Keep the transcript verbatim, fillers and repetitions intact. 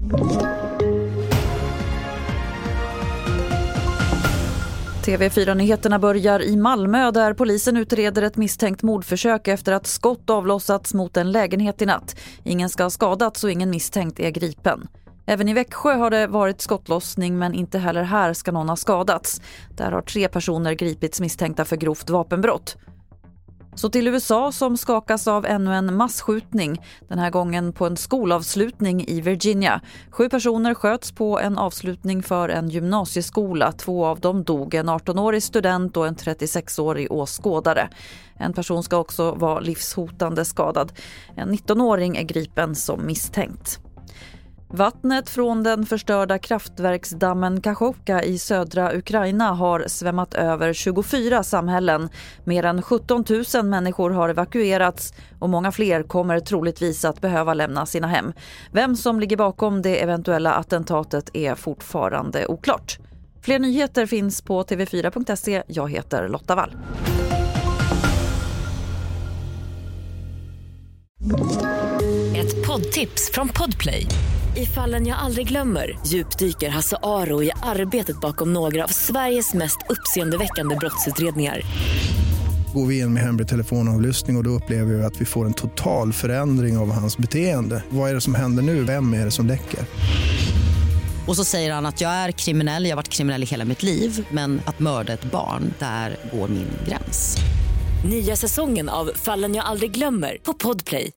T V fyra-nyheterna börjar i Malmö där polisen utreder ett misstänkt mordförsök efter att skott avlossats mot en lägenhet i natt. Ingen ska ha skadats och ingen misstänkt är gripen. Även i Växjö har det varit skottlossning men inte heller här ska någon ha skadats. Där har tre personer gripits misstänkta för grovt vapenbrott. Så till U S A som skakas av ännu en massskjutning, den här gången på en skolavslutning i Virginia. Sju personer sköts på en avslutning för en gymnasieskola. Två av dem dog, en arton-årig student och en trettiosexårig åskådare. En person ska också vara livshotande skadad. En nitton-åring är gripen som misstänkt. Vattnet från den förstörda kraftverksdammen Kachovka i södra Ukraina har svämmat över tjugofyra samhällen. Mer än sjutton tusen människor har evakuerats och många fler kommer troligtvis att behöva lämna sina hem. Vem som ligger bakom det eventuella attentatet är fortfarande oklart. Fler nyheter finns på t v fyra punkt se. Jag heter Lotta Wall. Ett poddtips från Podplay. I Fallen jag aldrig glömmer djupdyker Hasse Aro i arbetet bakom några av Sveriges mest uppseendeväckande brottsutredningar. Går vi in med hemlig telefonavlyssning och, och då upplever vi att vi får en total förändring av hans beteende. Vad är det som händer nu? Vem är det som läcker? Och så säger han att jag är kriminell, jag har varit kriminell i hela mitt liv. Men att mörda ett barn, där går min gräns. Nya säsongen av Fallen jag aldrig glömmer på Podplay.